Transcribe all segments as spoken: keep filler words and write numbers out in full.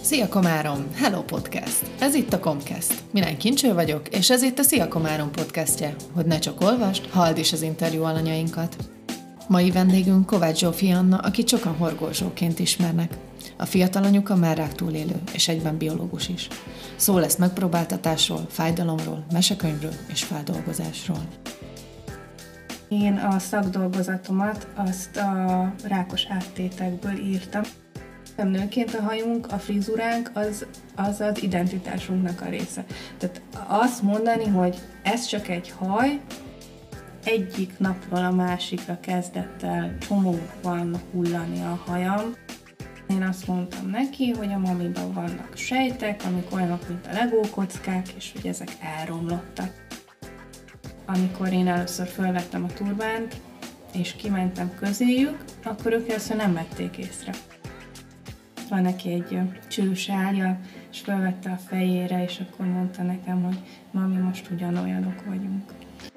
Szia Komárom! Hello Podcast! Ez itt a Comcast. Milány Kincső vagyok, és ez itt a Szia Komárom podcastje, hogy ne csak olvasd, halld is az interjú alanyainkat. Mai vendégünk Kovács Zsófi Anna, akit sokan horgolzsóként ismernek. A fiatal anyuka mellrák túlélő, és egyben biológus is. Szó lesz megpróbáltatásról, fájdalomról, mesekönyvről és feldolgozásról. Én a szakdolgozatomat azt a rákos áttétekből írtam. Nőként a hajunk, a frizuránk az, az az identitásunknak a része. Tehát azt mondani, hogy ez csak egy haj, egyik napról a másikra kezdett el csomóban hullani a hajam. Én azt mondtam neki, hogy a mamiban vannak sejtek, amik olyanok, mint a legókockák, és hogy ezek elromlottak. Amikor én először felvettem a turbánt, és kimentem közéjük, akkor ők először nem vették észre. Van neki egy csősálja, és felvette a fejére, és akkor mondta nekem, hogy mami, most ugyanolyanok vagyunk.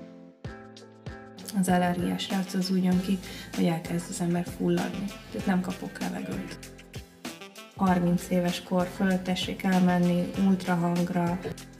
Az allergiás rác az úgy jön ki, hogy elkezd az ember fulladni, tehát nem kapok levegőt. harminc éves kor fölött tessék elmenni ultrahangra.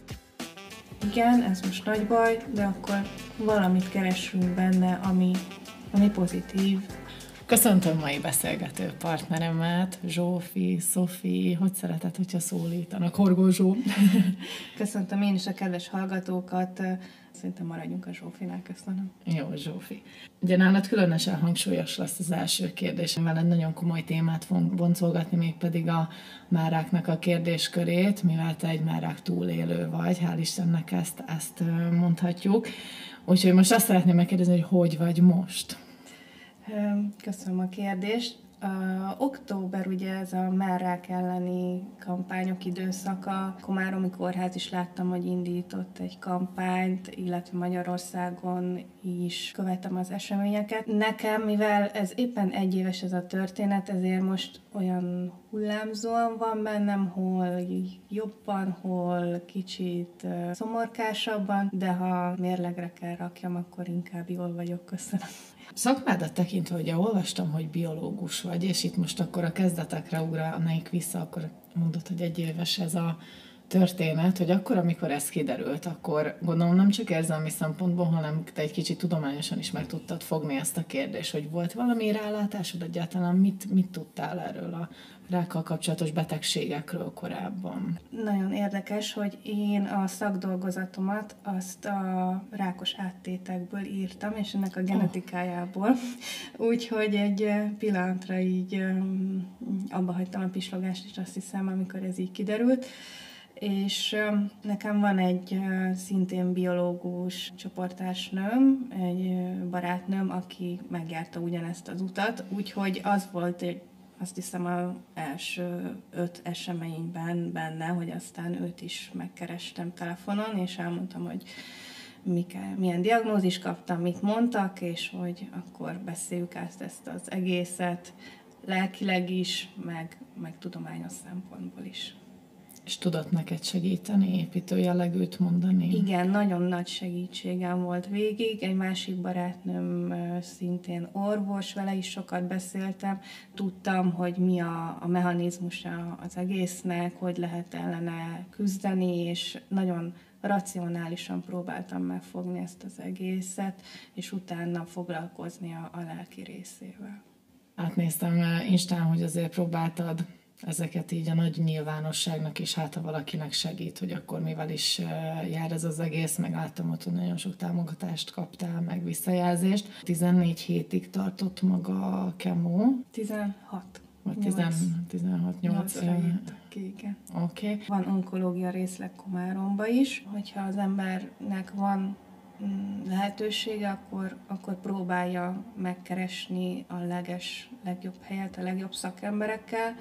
Igen, ez most nagy baj, de akkor valamit keressünk benne, ami, ami pozitív. Köszöntöm mai beszélgető partneremet, Zsófi, Szofi, hogy szereted, hogyha szólítanak? Horgolzsó. Köszöntöm én is a kedves hallgatókat. Szerintem maradjunk a Zsófinál, köszönöm. Jó, Zsófi. Ugye nálad különösen hangsúlyos lesz az első kérdés. Veled nagyon komoly témát fogunk boncolgatni, mégpedig a máráknak a kérdéskörét, mivel te egy márák túlélő vagy, hál' Istennek ezt, ezt mondhatjuk. Úgyhogy most azt szeretném megkérdezni, hogy hogy vagy most? Köszönöm a kérdést. Uh, október ugye ez a mellrák elleni kampányok időszaka. Komáromi Kórház is láttam, hogy indított egy kampányt, illetve Magyarországon is követem az eseményeket. Nekem, mivel ez éppen egy éves ez a történet, ezért most olyan hullámzóan van bennem, hol jobban, hol kicsit uh, szomorkásabban, de ha mérlegre kell rakjam, akkor inkább jól vagyok, köszönöm. Szakmádat tekintve, ugye olvastam, hogy biológus vagy, és itt most akkor a kezdetekre ugranék vissza, akkor mondod, hogy egy éves ez a történet, hogy akkor, amikor ez kiderült, akkor gondolom nem csak érzelmi szempontból, hanem te egy kicsit tudományosan is meg tudtad fogni ezt a kérdést, hogy volt valami rálátásod egyáltalán, mit, mit tudtál erről a rákkal kapcsolatos betegségekről korábban? Nagyon érdekes, hogy én a szakdolgozatomat azt a rákos áttétekből írtam, és ennek a genetikájából. Oh. Úgyhogy egy pillanatra így abba hagytam a pislogást is, azt hiszem, amikor ez így kiderült. És nekem van egy szintén biológus csoporttársnőm, egy barátnőm, aki megjárta ugyanezt az utat, úgyhogy az volt egy, azt hiszem, az első öt eseményben benne, hogy aztán őt is megkerestem telefonon, és elmondtam, hogy Mikkel, milyen diagnózist kaptam, mit mondtak, és hogy akkor beszéljük át ezt az egészet, lelkileg is, meg, meg tudományos szempontból is. És tudott neked segíteni, építő jellegűt mondani? Igen, nagyon nagy segítségem volt végig. Egy másik barátnőm szintén orvos, vele is sokat beszéltem. Tudtam, hogy mi a, a mechanizmusa az egésznek, hogy lehet ellene küzdeni, és nagyon racionálisan próbáltam megfogni ezt az egészet, és utána foglalkozni a, a lelki részével. Átnéztem Instán, hogy azért próbáltad ezeket így a nagy nyilvánosságnak is, hát ha valakinek segít, hogy akkor mivel is jár ez az egész, meg láttam ott, hogy nagyon sok támogatást kaptál, meg visszajelzést. tizennégy hétig tartott maga a kemó. tizenhat. Vagy tizenhat nyolc. ki, igen. Oké. Okay. Van onkológia részleg Komáromba is, hogyha az embernek van lehetősége, akkor, akkor próbálja megkeresni a leges, legjobb helyet, a legjobb szakemberekkel,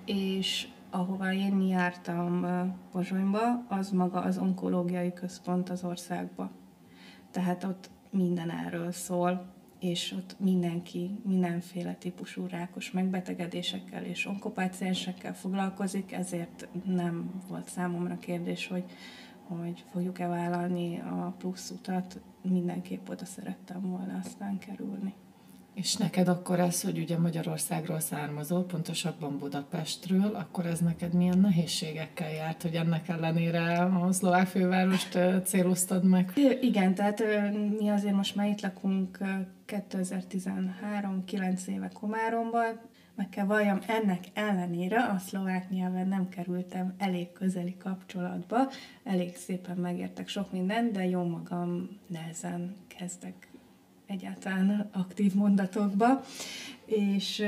és ahova én jártam Pozsonyba, az maga az onkológiai központ az országban. Tehát ott minden erről szól, és ott mindenki mindenféle típusú rákos megbetegedésekkel és onkopáciensekkel foglalkozik, ezért nem volt számomra kérdés, hogy, hogy fogjuk-e vállalni a plusz utat, mindenképp oda szerettem volna aztán kerülni. És neked akkor ez, hogy ugye Magyarországról származol, pontosabban Budapestről, akkor ez neked milyen nehézségekkel járt, hogy ennek ellenére a szlovák fővárost céloztad meg? Igen, tehát mi azért most már itt lakunk kétezer-tizenhárom kilenc éve Komáromban. Meg kell valljam, ennek ellenére a szlovák nyelven nem kerültem elég közeli kapcsolatba. Elég szépen megértek sok mindent, de jó magam nehezen kezdek egyáltalán aktív mondatokba, és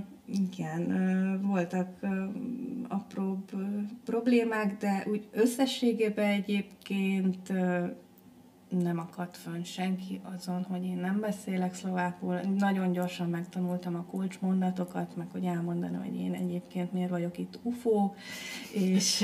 igen, voltak apróbb problémák, de úgy összességében egyébként nem akadt fönn senki azon, hogy én nem beszélek szlovákul. Nagyon gyorsan megtanultam a kulcsmondatokat, meg hogy elmondani, hogy én egyébként miért vagyok itt ufó, és,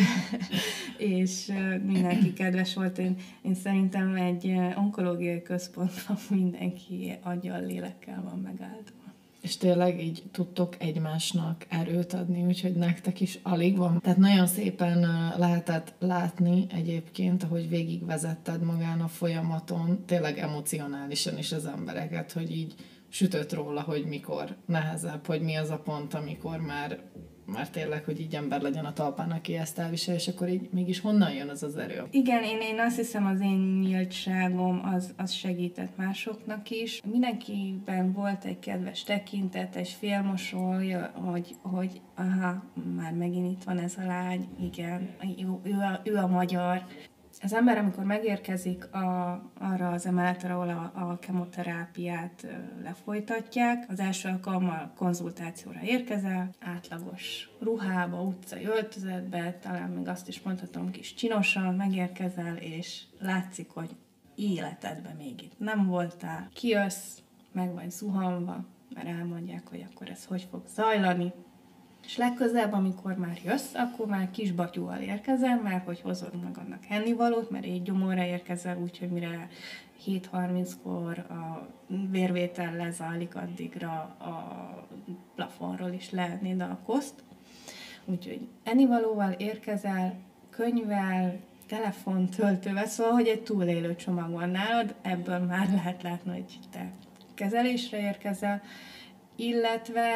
és mindenki kedves volt. Én, én szerintem egy onkológiai központban mindenki aggyal, lélekkel van megáldva. És tényleg így tudtok egymásnak erőt adni, úgyhogy nektek is alig van. Tehát nagyon szépen lehetett látni egyébként, ahogy végigvezetted magán a folyamaton, tényleg emocionálisan is az embereket, hogy így sütött róla, hogy mikor nehezebb, hogy mi az a pont, amikor már, már tényleg, hogy így ember legyen a talpán, aki ezt elvisel, és akkor így mégis honnan jön az az erő? Igen, én, én azt hiszem, az én nyíltságom az, az segített másoknak is. Mindenkiben volt egy kedves tekintet, egy félmosoly, hogy, hogy aha, már megint itt van ez a lány, igen, ő, ő, a, ő a magyar. Az ember, amikor megérkezik a, arra az emeletre, ahol a, a kemoterápiát lefolytatják, az első alkalommal konzultációra érkezel, átlagos ruhába, utcai öltözetbe, talán még azt is mondhatom, kis csinosan megérkezel, és látszik, hogy életedben még itt nem voltál. Kijössz, meg vagy zuhanva, mert elmondják, hogy akkor ez hogy fog zajlani. És legközelebb, amikor már jössz, akkor már kis batyúval érkezel, mert hogy hozod meg annak ennivalót, mert így gyomorra érkezel, úgyhogy mire hét harminckor a vérvétel lezajlik, addigra a plafonról is lehetnéd a koszt. Úgyhogy ennivalóval érkezel, könyvvel, telefontöltővel, szóval, hogy egy túlélő csomag van nálad, ebből már lehet látni, hogy te kezelésre érkezel, illetve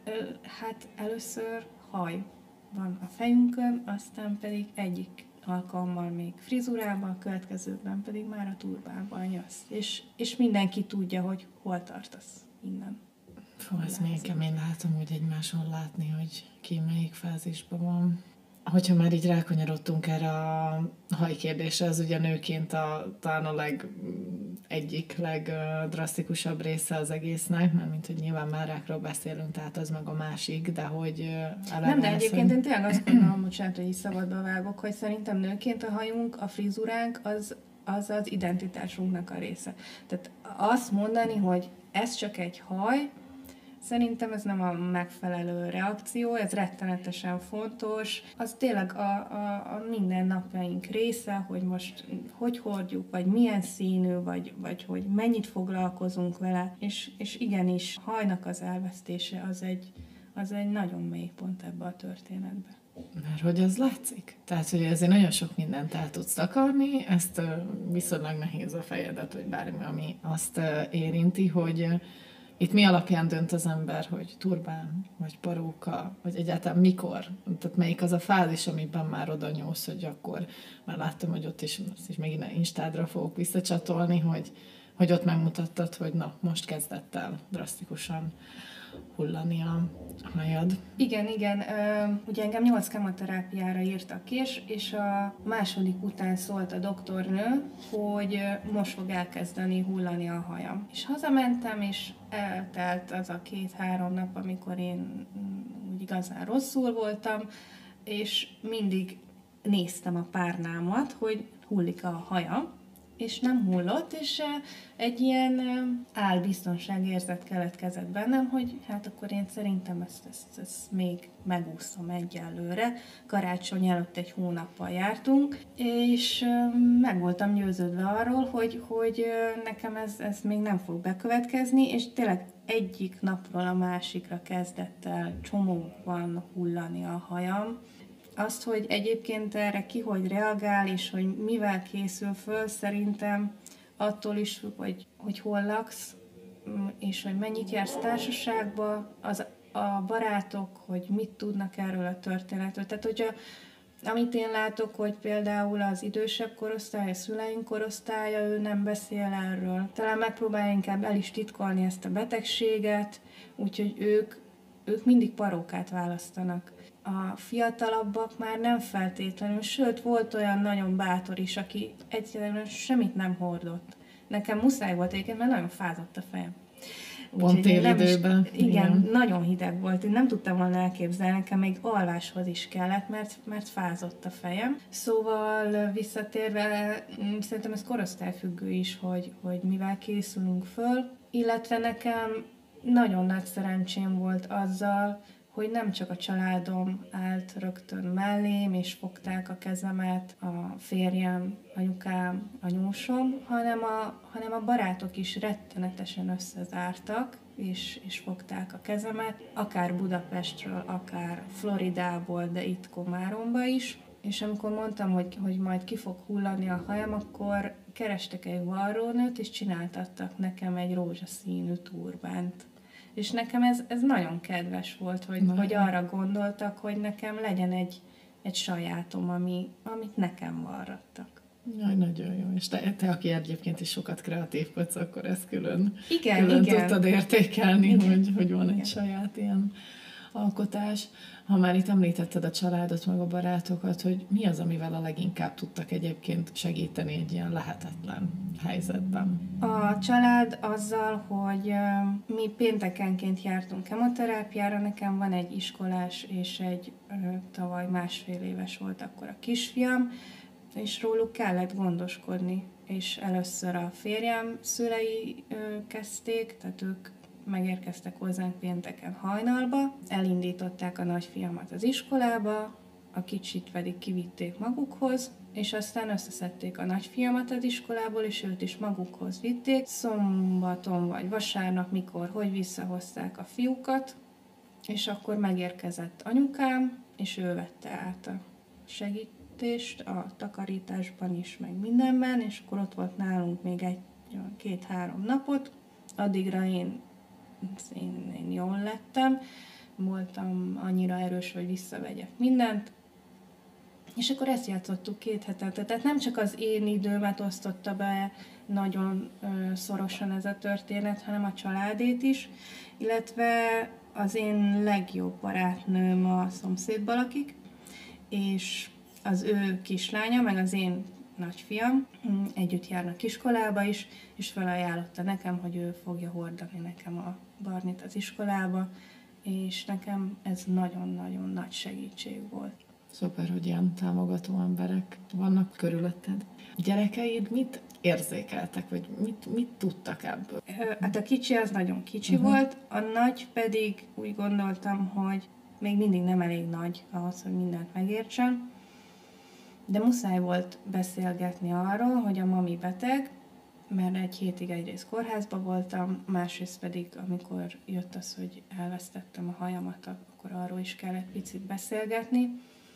hát először haj van a fejünkön, aztán pedig egyik alkalommal még frizurában, a következőkben pedig már a turbában jössz. És, és mindenki tudja, hogy hol tartasz innen. Fú, ez még kemény, látom úgy egymáson látni, hogy ki melyik fázisban van. Hogyha már így rákanyarodtunk erre a hajkérdésre, az ugye nőként a, talán a leg, egyik legdrasztikusabb része az egésznek, mert mint hogy nyilván már rákról beszélünk, tehát az meg a másik, de hogy... Nem, de egyébként én tényleg azt gondolom, bocsánat, hogy így szabadba vágok, hogy szerintem nőként a hajunk, a frizuránk az az, az identitásunknak a része. Tehát azt mondani, hogy ez csak egy haj, szerintem ez nem a megfelelő reakció, ez rettenetesen fontos. Az tényleg a, a, a mindennapjaink része, hogy most hogy hordjuk, vagy milyen színű, vagy, vagy hogy mennyit foglalkozunk vele. És, és igenis, hajnak az elvesztése az egy, az egy nagyon mély pont ebbe a történetbe. Mert hogy az látszik. Tehát, hogy ezért nagyon sok mindent el tudsz takarni, ezt viszonylag nehéz a fejedet, vagy bármi, ami azt érinti, hogy itt mi alapján dönt az ember, hogy turbán, vagy paróka, vagy egyáltalán mikor? Tehát melyik az a fázis, amiben már oda nyúlsz, hogy akkor már láttam, hogy ott is, is megint Instádra fogok visszacsatolni, hogy, hogy ott megmutattad, hogy na, most kezdett el drasztikusan hullani a hajad. Igen, igen. Ugye engem nyolc kemoterápiára írtak ki, és, és a második után szólt a doktornő, hogy most fog elkezdeni hullani a hajam. És hazamentem, és eltelt az a két-három nap, amikor én úgy igazán rosszul voltam, és mindig néztem a párnámat, hogy hullik a hajam, és nem hullott, és egy ilyen álbiztonságérzet keletkezett bennem, hogy hát akkor én szerintem ezt, ezt, ezt még megúszom egyelőre. Karácsony előtt egy hónappal jártunk, és meg voltam győződve arról, hogy, hogy nekem ez, ez még nem fog bekövetkezni, és tényleg egyik napról a másikra kezdett el csomóban hullani a hajam. Azt, hogy egyébként erre ki hogy reagál, és hogy mivel készül föl, szerintem attól is, hogy, hogy hol laksz, és hogy mennyit jársz társaságba, az a barátok, hogy mit tudnak erről a történetről. Tehát, hogyha amit én látok, hogy például az idősebb korosztály, a szüleink korosztálya, ő nem beszél erről. Talán megpróbálja inkább el is titkolni ezt a betegséget, úgyhogy ők, ők mindig parókát választanak. A fiatalabbak már nem feltétlenül, sőt, volt olyan nagyon bátor is, aki egyszerűen semmit nem hordott. Nekem muszáj volt egyébként, mert nagyon fázott a fejem. Pont télidőben. Igen, igen, nagyon hideg volt. Én nem tudtam volna elképzelni, nekem még alváshoz is kellett, mert, mert fázott a fejem. Szóval visszatérve, szerintem ez korosztályfüggő is, hogy, hogy mivel készülünk föl, illetve nekem nagyon nagy szerencsém volt azzal, hogy nem csak a családom állt rögtön mellém, és fogták a kezemet, a férjem, anyukám, anyósom, hanem a, hanem a barátok is rettenetesen összezártak, és, és fogták a kezemet, akár Budapestről, akár Floridából, de itt Komáromba is. És amikor mondtam, hogy, hogy majd ki fog hullani a hajam, akkor kerestek egy varrónőt, és csináltattak nekem egy rózsaszínű turbánt. És nekem ez, ez nagyon kedves volt, hogy, hogy arra gondoltak, hogy nekem legyen egy, egy sajátom, ami, amit nekem varrattak. Jaj, nagyon jó. És te, te, aki egyébként is sokat kreatívkodsz, akkor ezt külön, igen, külön igen. tudtad értékelni, igen. Hogy, hogy van igen. egy saját ilyen alkotás. Ha már itt említetted a családot, meg a barátokat, hogy mi az, amivel a leginkább tudtak egyébként segíteni egy ilyen lehetetlen helyzetben? A család azzal, hogy mi péntekenként jártunk kemoterápiára, nekem van egy iskolás és egy tavaly másfél éves volt akkor a kisfiam, és róluk kellett gondoskodni, és először a férjem szülei kezdték, tehát ők megérkeztek hozzánk pénteken hajnalba, elindították a nagyfiamat az iskolába, a kicsit pedig kivitték magukhoz, és aztán összeszedték a nagyfiamat az iskolából, és őt is magukhoz vitték. Szombaton vagy vasárnap, mikor, hogy visszahozták a fiúkat, és akkor megérkezett anyukám, és ő vette át a segítést a takarításban is, meg mindenben, és akkor ott volt nálunk még egy két-három napot. Addigra én Én, én jól lettem, voltam annyira erős, hogy visszavegyek mindent, és akkor ezt játszottuk két hetente. Tehát nem csak az én időmet osztotta be nagyon ö, szorosan ez a történet, hanem a családét is, illetve az én legjobb barátnőm a szomszédban lakik, és az ő kislánya, meg az én nagyfiam együtt járnak iskolába is, és felajánlotta nekem, hogy ő fogja hordani nekem a Barnit az iskolába, és nekem ez nagyon-nagyon nagy segítség volt. Szuper, hogy ilyen támogató emberek vannak körülötted. Gyerekeid mit érzékeltek, vagy mit, mit tudtak ebből? Hát a kicsi az nagyon kicsi uh-huh. volt, a nagy pedig úgy gondoltam, hogy még mindig nem elég nagy ahhoz, hogy mindent megértsen, de muszáj volt beszélgetni arról, hogy a mami beteg, mert egy hétig egyrészt kórházban voltam, másrészt pedig, amikor jött az, hogy elvesztettem a hajamat, akkor arról is kellett picit beszélgetni,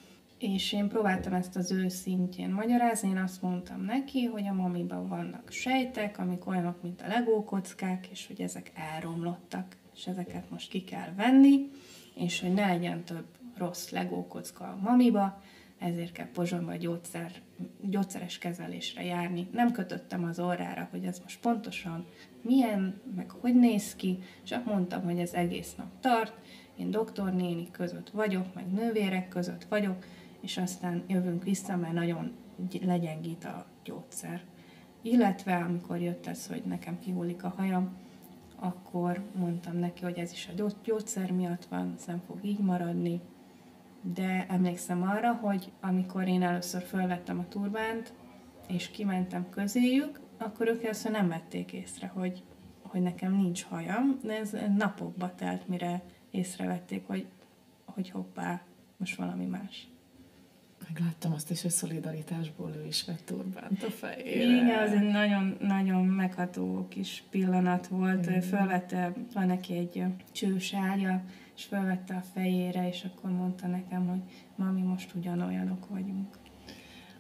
és én próbáltam ezt az ő szintjén magyarázni, én azt mondtam neki, hogy a mamiban vannak sejtek, amik olyanok, mint a legókockák, és hogy ezek elromlottak, és ezeket most ki kell venni, és hogy ne legyen több rossz legókocka a mamiba, ezért kell Pozsonyba gyógyszer, gyógyszeres kezelésre járni. Nem kötöttem az orrára, hogy ez most pontosan milyen, meg hogy néz ki, csak mondtam, hogy ez egész nap tart, én doktornéni között vagyok, meg nővérek között vagyok, és aztán jövünk vissza, mert nagyon legyengít a gyógyszer. Illetve amikor jött ez, hogy nekem kihullik a hajam, akkor mondtam neki, hogy ez is a gyógyszer miatt van, ez nem fog így maradni. De emlékszem arra, hogy amikor én először fölvettem a turbánt, és kimentem közéjük, akkor ők először nem vették észre, hogy, hogy nekem nincs hajam, de ez napokba telt, mire észrevették, hogy, hogy hoppá, most valami más. Megláttam azt is, hogy szolidaritásból ő is vett turbánt a fejére. Igen, az egy nagyon, nagyon megható kis pillanat volt. Mm. Fölvette, van neki egy csősárja, és fölvette a fejére, és akkor mondta nekem, hogy mami, most ugyanolyanok vagyunk.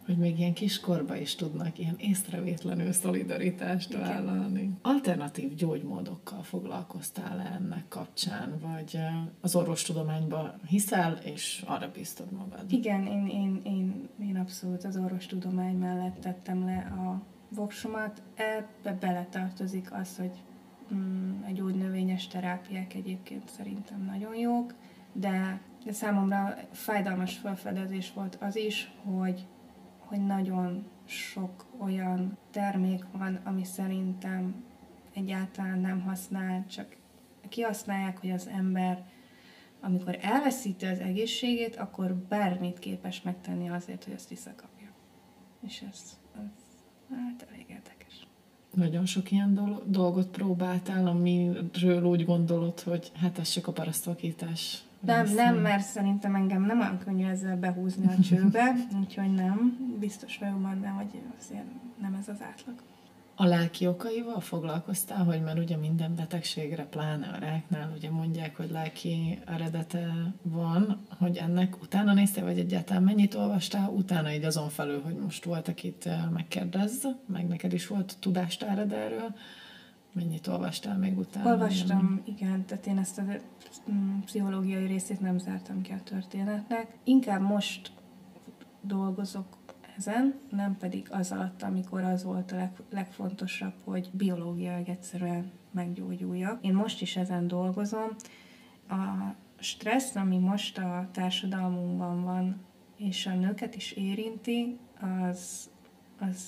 hogy még ilyen kiskorba is tudnak ilyen észrevétlenül szolidaritást vállalni. Alternatív gyógymódokkal foglalkoztál-e ennek kapcsán, vagy az orvostudományban hiszel, és arra bíztad magad? Igen, én, én, én, én abszolút az orvostudomány mellett tettem le a voksomat. Ebbe beletartozik az, hogy mm, a gyógynövényes terápiák egyébként szerintem nagyon jók, de, de számomra fájdalmas felfedezés volt az is, hogy hogy nagyon sok olyan termék van, ami szerintem egyáltalán nem használ, csak kihasználják, hogy az ember, amikor elveszíti az egészségét, akkor bármit képes megtenni azért, hogy azt visszakapja. És ez, ez hát elég érdekes. Nagyon sok ilyen dolgot próbáltál, amiről úgy gondolod, hogy hát ez csak a parasztvakítás. Nem, nem, mert szerintem engem nem olyan könnyű ezzel behúzni a csőbe, úgyhogy nem. Biztos vagyok benne, hogy azért nem ez az átlag. A lelki okaival foglalkoztál, hogy mert ugye minden betegségre, pláne a ráknál, ugye mondják, hogy lelki eredete van, hogy ennek utána néztél, vagy egyáltalán mennyit olvastál, utána így azon felül, hogy most volt, akit megkérdezz, meg neked is volt tudástárad erről, mennyit olvastál még utána? Olvastam, igen, tehát én ezt a pszichológiai részét nem zártam ki a történetnek. Inkább most dolgozok ezen, nem pedig az alatt, amikor az volt a leg, legfontosabb, hogy biológiailag egyszerűen meggyógyuljak. Én most is ezen dolgozom. A stressz, ami most a társadalmunkban van, és a nőket is érinti, az, az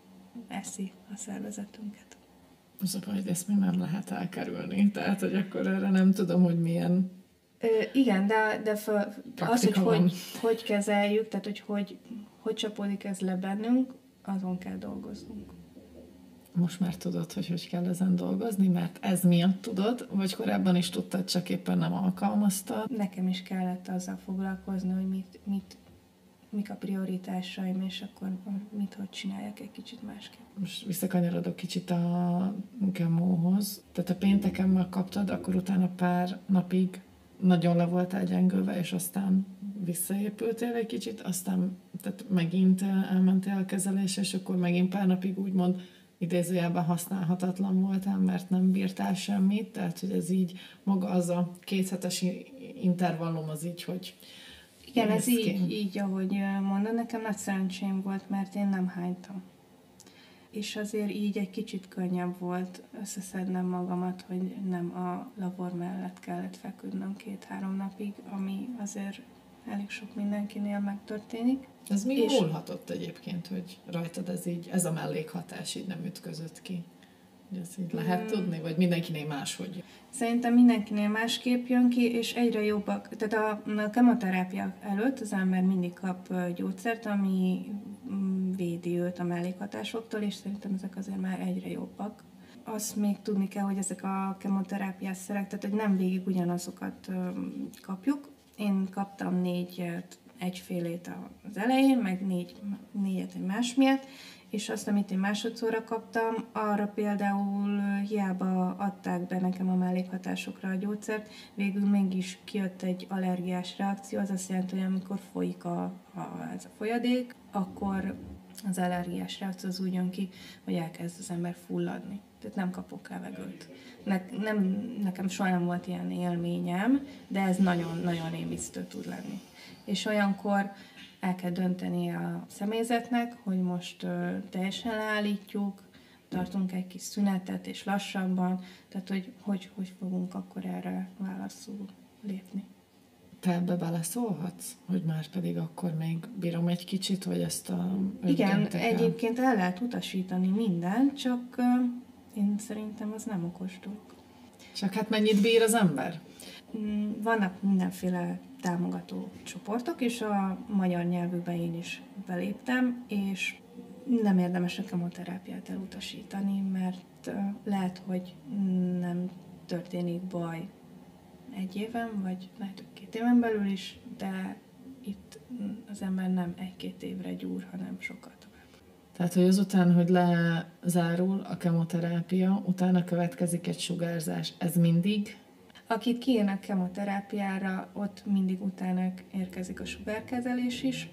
eszi a szervezetünket. Az a baj, hogy ezt még nem lehet elkerülni. Tehát, hogy akkor erre nem tudom, hogy milyen Ö, igen, de, de fel, az, hogy, hogy hogy kezeljük, tehát hogy, hogy hogy csapódik ez le bennünk, azon kell dolgoznunk. Most már tudod, hogy hogy kell ezen dolgozni, mert ez miatt tudod, vagy korábban is tudtad, csak éppen nem alkalmaztad? Nekem is kellett azzal foglalkozni, hogy mit, mit, mik a prioritásaim, és akkor mit, hogy csináljak egy kicsit másképp. Most visszakanyarodok kicsit a kemóhoz. Tehát a pénteken megkaptad, akkor utána pár napig nagyon le voltál gyengülve, és aztán visszaépültél egy kicsit, aztán tehát megint elmentél a kezelésre, és akkor megint pár napig úgymond idézőjelben használhatatlan voltál, mert nem bírtál semmit, tehát hogy ez így maga az a kéthetes intervallum az így, hogy igen, ez így, így, ahogy mondod, nekem nagy szerencsém volt, mert én nem hánytam. És azért így egy kicsit könnyebb volt összeszednem magamat, hogy nem a labor mellett kellett feküdnöm két-három napig, ami azért elég sok mindenkinél megtörténik. Ez mi és... múlhatott egyébként, hogy rajtad ez így, ez a mellékhatás így nem ütközött ki? Hogy ezt így lehet hmm. tudni, vagy mindenkinél máshogy? Szerintem mindenkinél másképp jön ki, és egyre jobbak. Tehát a, a kemoterápia előtt az ember mindig kap gyógyszert, ami védi őt a mellékhatásoktól, és szerintem ezek azért már egyre jobbak. Azt még tudni kell, hogy ezek a kemoterápiás szerek, tehát hogy nem végig ugyanazokat kapjuk. Én kaptam négyet, egyfélét az elején, meg négy, négyet egy más miatt, és azt, amit én másodszorra kaptam, arra például hiába adták be nekem a mellékhatásokra a gyógyszert, végül mégis kijött egy allergiás reakció, az azt jelenti, hogy amikor folyik a, a, ez a folyadék, akkor az allergiás reakció az úgy jön ki, hogy elkezd az ember fulladni. Tehát nem kapok levegőt. Ne, nem, nekem soha nem volt ilyen élményem, de ez nagyon-nagyon rémisztő tud lenni. És olyankor el kell dönteni a személyzetnek, hogy most ö, teljesen leállítjuk, tartunk egy kis szünetet, és lassabban, tehát hogy hogy, hogy fogunk akkor erre válaszul lépni. Te ebbe beleszólhatsz? Hogy már pedig akkor még bírom egy kicsit, vagy ezt a... Igen, egyébként el lehet utasítani mindent, csak ö, én szerintem az nem okos dolog. Csak hát mennyit bír az ember? Vannak mindenféle támogató csoportok, és a magyar nyelvűben én is beléptem, és nem érdemes a kemoterápiát elutasítani, mert lehet, hogy nem történik baj egy éven, vagy lehet, hogy két éven belül is, de itt az ember nem egy-két évre gyúr, hanem sokkal tovább. Tehát, hogy azután, hogy lezárul a kemoterápia, utána következik egy sugárzás. Ez mindig? Akit kijön a kemoterápiára, ott mindig utána érkezik a sugárkezelés is.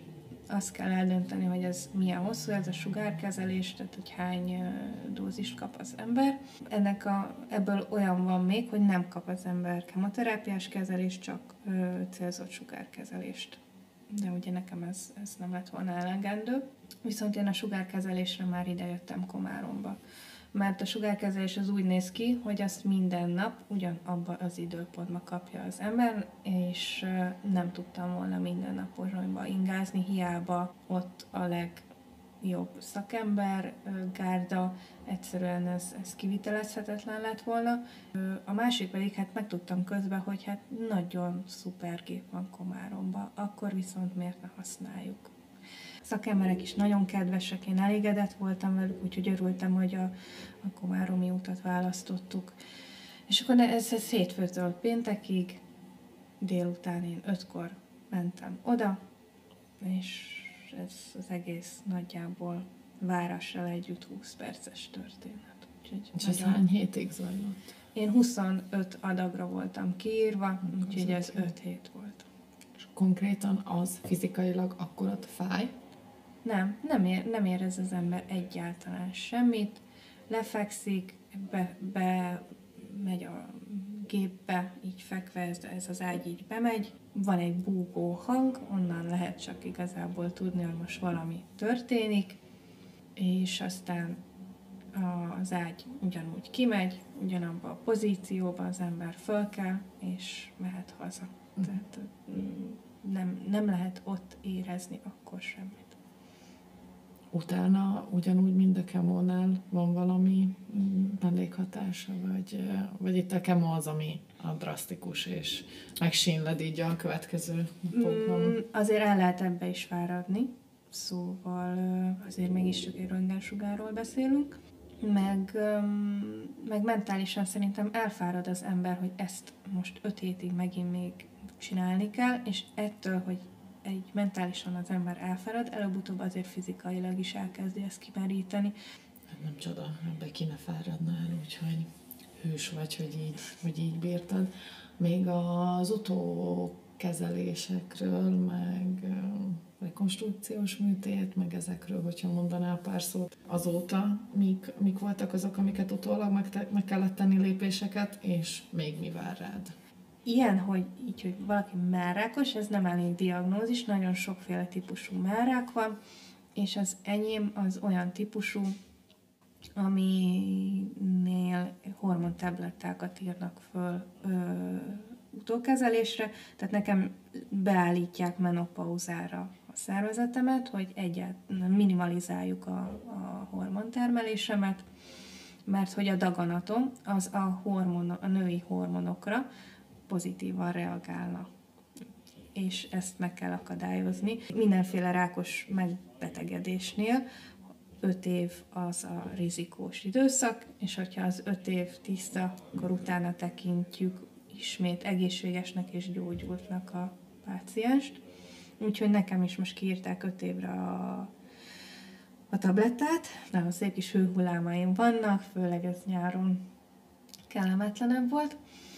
azt kell eldönteni, hogy ez milyen hosszú, ez a sugárkezelés, tehát hogy hány dózist kap az ember. Ennek a, ebből olyan van még, hogy nem kap az ember kemoterápiás kezelést, csak ö, célzott sugárkezelést. De ugye nekem ez, ez nem lett volna elegendő. Viszont én a sugárkezelésre már idejöttem Komáromba. Mert a sugárkezelés az úgy néz ki, hogy azt minden nap ugyanabban az időpontban kapja az ember, és nem tudtam volna minden nap Pozsonyba ingázni, hiába ott a legjobb szakember, gárda, egyszerűen ez, ez kivitelezhetetlen lett volna. A másik pedig, hát megtudtam közben, hogy hát nagyon szuper gép van Komáromba, akkor viszont miért ne használjuk. Szakemberek is nagyon kedvesek, én elégedett voltam velük, úgyhogy örültem, hogy a, a komáromi utat választottuk. És akkor ez, ez hétfőtől péntekig, délután én ötkor mentem oda, és ez az egész nagyjából várással együtt húsz perces történet. Úgyhogy és ez hány hétig zajlott? Én huszonöt adagra voltam kiírva, Akkor úgyhogy ez öt hét volt. És konkrétan az fizikailag akkor ott fáj? Nem, nem, ér, nem érez az ember egyáltalán semmit, lefekszik, be, be megy a gépbe, így fekve, ez, ez az ágy így bemegy, van egy búgó hang, onnan lehet csak igazából tudni, hogy most valami történik, és aztán az ágy ugyanúgy kimegy, ugyanabban a pozícióban az ember föl kell, és mehet haza. Tehát nem, nem lehet ott érezni akkor semmit. Utána ugyanúgy mind a kemónál van valami mellékhatása, vagy, vagy itt a kemó az, ami a drasztikus, és megsínled így a következő napokban? Mm, azért el lehet ebbe is fáradni, szóval azért mégis csak egy röntgensugárról beszélünk, meg, meg mentálisan szerintem elfárad az ember, hogy ezt most öt hétig megint még csinálni kell, és ettől, hogy egy mentálisan az ember elfárad, előbb-utóbb azért fizikailag is elkezdi ezt kimeríteni. Hát nem csoda, ebbe ki ne fáradnál, úgyhogy hős vagy, hogy így, hogy így bírtad. Még az utókezelésekről, meg rekonstrukciós műtét, meg ezekről, hogyha mondanál pár szót azóta, mik, mik voltak azok, amiket utólag meg, te, meg kellett tenni lépéseket, és még mi vár rád? Ilyen, hogy így, hogy valaki mellrákos, ez nem elég diagnózis, nagyon sokféle típusú mellrák van, és az enyém az olyan típusú, aminél hormontablettákat írnak föl ö, utókezelésre, tehát nekem beállítják menopauzára a szervezetemet, hogy egyáltalán minimalizáljuk a, a hormontermelésemet, mert hogy a daganatom az a, hormon, a női hormonokra pozitívan reagálna. És ezt meg kell akadályozni. Mindenféle rákos megbetegedésnél öt év az a rizikós időszak, és hogyha az öt év tiszta, akkor utána tekintjük ismét egészségesnek és gyógyultnak a pácienst. Úgyhogy nekem is most kiírták öt évre a, a tablettát. Nagyon szép kis hőhullámaim vannak, főleg ez nyáron kellemetlenebb volt.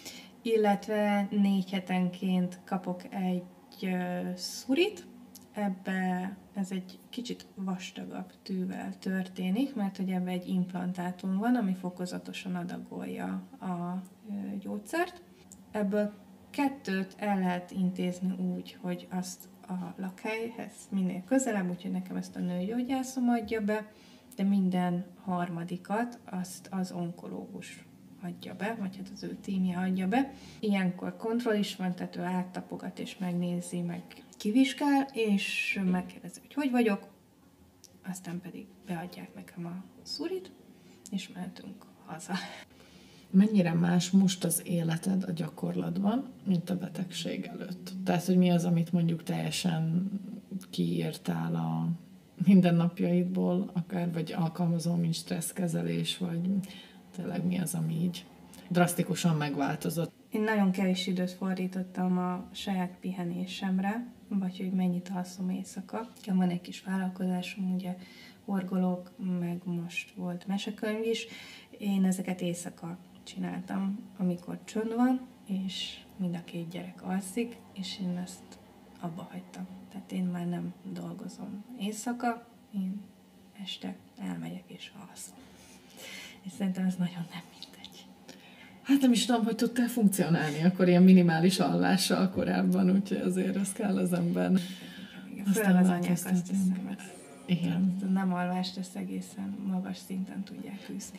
Illetve négy hetenként kapok egy uh, szurit, ebbe ez egy kicsit vastagabb tűvel történik, mert hogy ebbe egy implantátum van, ami fokozatosan adagolja a uh, gyógyszert. Ebből kettőt el lehet intézni úgy, hogy azt a lakhelyhez minél közelebb, úgyhogy nekem ezt a nőgyógyászom adja be, de minden harmadikat azt az onkológus adja be, vagy hát az ő tímje adja be. Ilyenkor kontroll is van, tehát ő áttapogat és megnézi, meg kivizsgál, és megkérdezi, hogy hogy vagyok, aztán pedig beadják nekem a szurit, és mehetünk haza. Mennyire más most az életed a gyakorlatban, mint a betegség előtt? Tehát, hogy mi az, amit mondjuk teljesen kiírtál a mindennapjaidból, akár vagy alkalmazó, mint stresszkezelés, vagy tényleg mi az, ami így drasztikusan megváltozott? Én nagyon kevés időt fordítottam a saját pihenésemre, vagy hogy mennyit alszom éjszaka. Van egy kis vállalkozásom, ugye horgolok, meg most volt mesekönyv is. Én ezeket éjszaka csináltam, amikor csönd van, és mind a két gyerek alszik, és én ezt abba hagytam. Tehát én már nem dolgozom éjszaka, én este elmegyek és alszom. És szerintem ez nagyon nem mindegy. Hát nem is tudom, hogy tudtál funkcionálni akkor ilyen minimális alvással korábban, úgyhogy azért az kell az embernek. Főleg az anyák, azt hiszem, ezt, igen. A nem alvást ezt egészen magas szinten tudják űzni.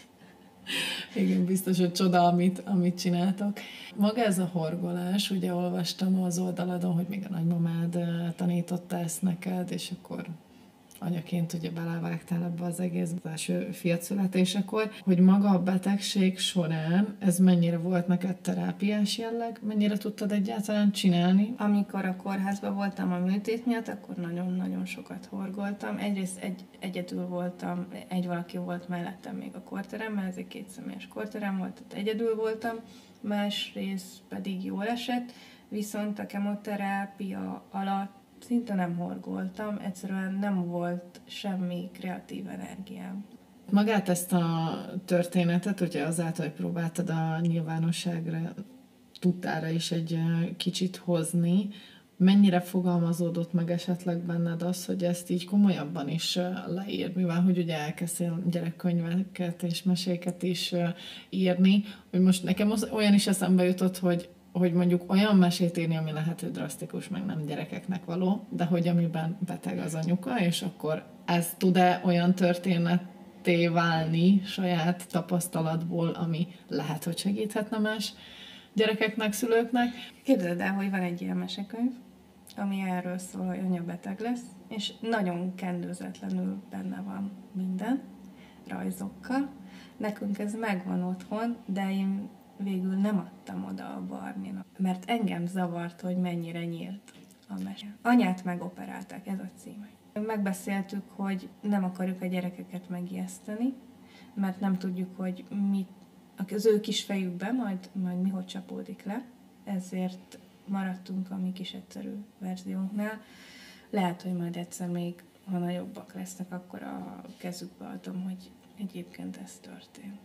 Igen, biztos, hogy csoda, amit, amit csináltok. Maga ez a horgolás, ugye olvastam az oldaladon, hogy még a nagymamád tanította ezt neked, és akkor anyaként ugye belevágtál ebbe az egész az első fiat születésekor, hogy maga a betegség során ez mennyire volt neked terápiás jelleg, mennyire tudtad egyáltalán csinálni? Amikor a kórházban voltam a műtét miatt, akkor nagyon-nagyon sokat horgoltam. Egyrészt egy, egyedül voltam, egy valaki volt mellettem még a korteremben, ez egy kétszemélyes korterem volt, tehát egyedül voltam, másrészt pedig jól esett, viszont a kemoterápia alatt szinte nem horgoltam, egyszerűen nem volt semmi kreatív energiám. Magát ezt a történetet, ugye azáltal, hogy próbáltad a nyilvánosságra, tudtára is egy kicsit hozni, mennyire fogalmazódott meg esetleg benned az, hogy ezt így komolyabban is leír, mivel hogy ugye elkezdtél gyerekkönyveket és meséket is írni, hogy most nekem olyan is eszembe jutott, hogy hogy mondjuk olyan mesét írni, ami lehet, hogy drasztikus, meg nem gyerekeknek való, de hogy amiben beteg az anyuka, és akkor ez tud-e olyan történetté válni saját tapasztalatból, ami lehet, hogy segíthetne más gyerekeknek, szülőknek. Képzeld el, hogy van egy ilyen mesekönyv, ami erről szól, hogy anya beteg lesz, és nagyon kendőzetlenül benne van minden, rajzokkal. Nekünk ez megvan otthon, de én végül nem adtam oda a Barninak, mert engem zavart, hogy mennyire nyílt a mese. Anyát megoperálták, ez a címe. Megbeszéltük, hogy nem akarjuk a gyerekeket megijeszteni, mert nem tudjuk, hogy mit az ő kis fejükben majd, majd mi hogy csapódik le, ezért maradtunk a mi kis egyszerű verziónknál. Lehet, hogy majd egyszer még, ha nagyobbak lesznek, akkor a kezükbe adom, hogy egyébként ez történt.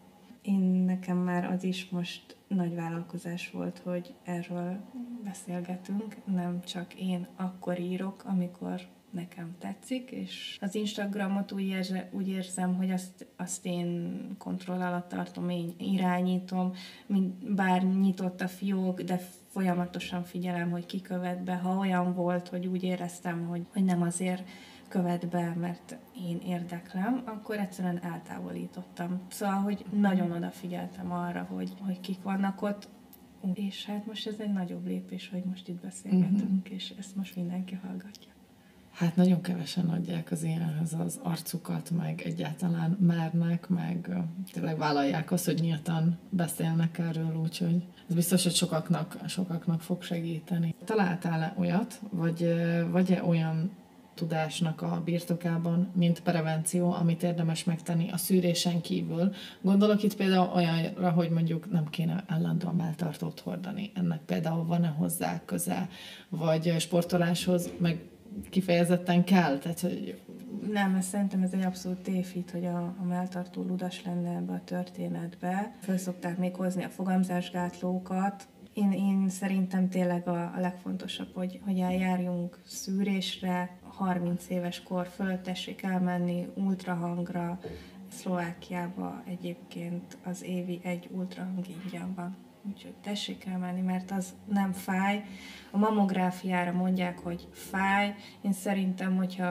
Én nekem már az is most nagy vállalkozás volt, hogy erről beszélgetünk, nem csak én akkor írok, amikor nekem tetszik, és az Instagramot úgy, érze, úgy érzem, hogy azt, azt én kontroll alatt tartom, én irányítom, mint bár nyitott a fiók, de folyamatosan figyelem, hogy ki követ be. Ha olyan volt, hogy úgy éreztem, hogy, hogy nem azért követ be, mert én érdeklem, akkor egyszerűen eltávolítottam. Szóval, hogy nagyon odafigyeltem arra, hogy, hogy kik vannak ott, és hát most ez egy nagyobb lépés, hogy most itt beszélgetünk, uh-huh. és ezt most mindenki hallgatja. Hát nagyon kevesen adják az ilyenhez az arcukat, meg egyáltalán mernek, meg tényleg vállalják azt, hogy nyíltan beszélnek erről, úgyhogy ez biztos, hogy sokaknak, sokaknak fog segíteni. Találtál-e olyat, vagy, vagy olyan tudásnak a birtokában, mint prevenció, amit érdemes megtenni a szűrésen kívül? Gondolok itt például olyanra, hogy mondjuk nem kéne állandóan melltartót hordani. Ennek például van-e hozzá köze, vagy sportoláshoz, meg kifejezetten kell? Tehát, hogy... Nem, ez szerintem ez egy abszolút tévhit, hogy a, a melltartó ludas lenne ebbe a történetbe. Föl szokták még hozni a fogamzásgátlókat. Én, én szerintem tényleg a, a legfontosabb, hogy, hogy eljárjunk szűrésre, harminc éves kor fölött tessék elmenni ultrahangra. Szlovákiában egyébként az évi egy ultrahang ingyen van. Úgyhogy tessék elmenni, mert az nem fáj. A mammográfiára mondják, hogy fáj. Én szerintem, hogyha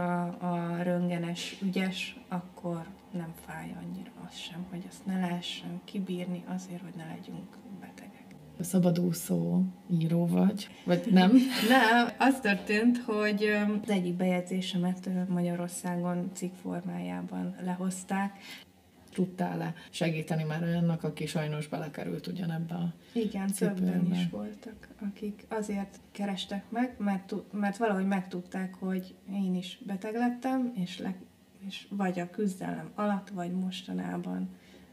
a röntgenes ügyes, akkor nem fáj annyira az sem, hogy azt ne lehessen kibírni azért, hogy ne legyünk betegek. Szabadúszó író vagy, vagy nem? Nem, az történt, hogy az egyik bejegyzésemet Magyarországon cikk formájában lehozták. Tudtál-e segíteni már olyannak, aki sajnos belekerült ugyanebbe a Igen, cipőbe? többen is voltak, akik azért kerestek meg, mert, mert valahogy megtudták, hogy én is beteg lettem, és, le, és vagy a küzdelem alatt, vagy mostanában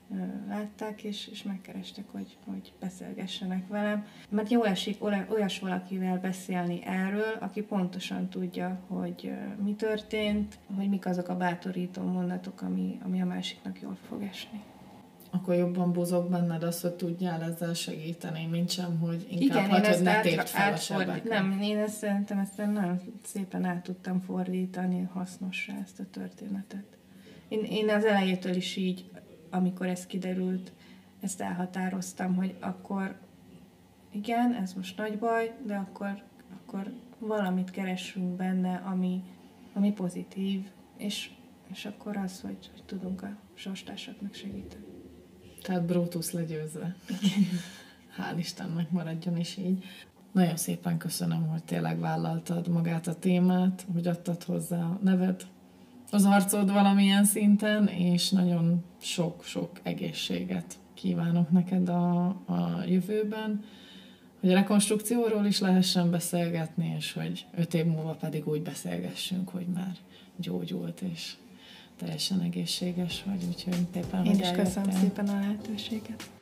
látták, és, és megkerestek, hogy, hogy beszélgessenek velem. Mert jó esik olyas valakivel beszélni erről, aki pontosan tudja, hogy mi történt, hogy mik azok a bátorító mondatok, ami, ami a másiknak jól fog esni. akkor jobban buzog benned az, hogy tudjál ezzel segíteni, mint sem, hogy inkább igen, hagyd, én hogy ne ezt tépd át, fel a átfordít, sebeket. nem, én ezt szerintem ezt nagyon szépen át tudtam fordítani hasznossá ezt a történetet. Én, én az elejétől is így, amikor ez kiderült, ezt elhatároztam, hogy akkor igen, ez most nagy baj, de akkor, akkor valamit keressünk benne, ami, ami pozitív, és, és akkor az, hogy, hogy tudunk a sorstársaknak segíteni. Tehát Brutus legyőzve. Hál' Istennek maradjon is így. Nagyon szépen köszönöm, hogy tényleg vállaltad magát a témát, hogy adtad hozzá a neved, az arcod valamilyen szinten, és nagyon sok-sok egészséget kívánok neked a, a jövőben, hogy a rekonstrukcióról is lehessen beszélgetni, és hogy öt év múlva pedig úgy beszélgessünk, hogy már gyógyult, és teljesen egészséges vagy, úgyhogy szépen, Én hogy is köszönöm eljöttél. szépen a lehetőséget.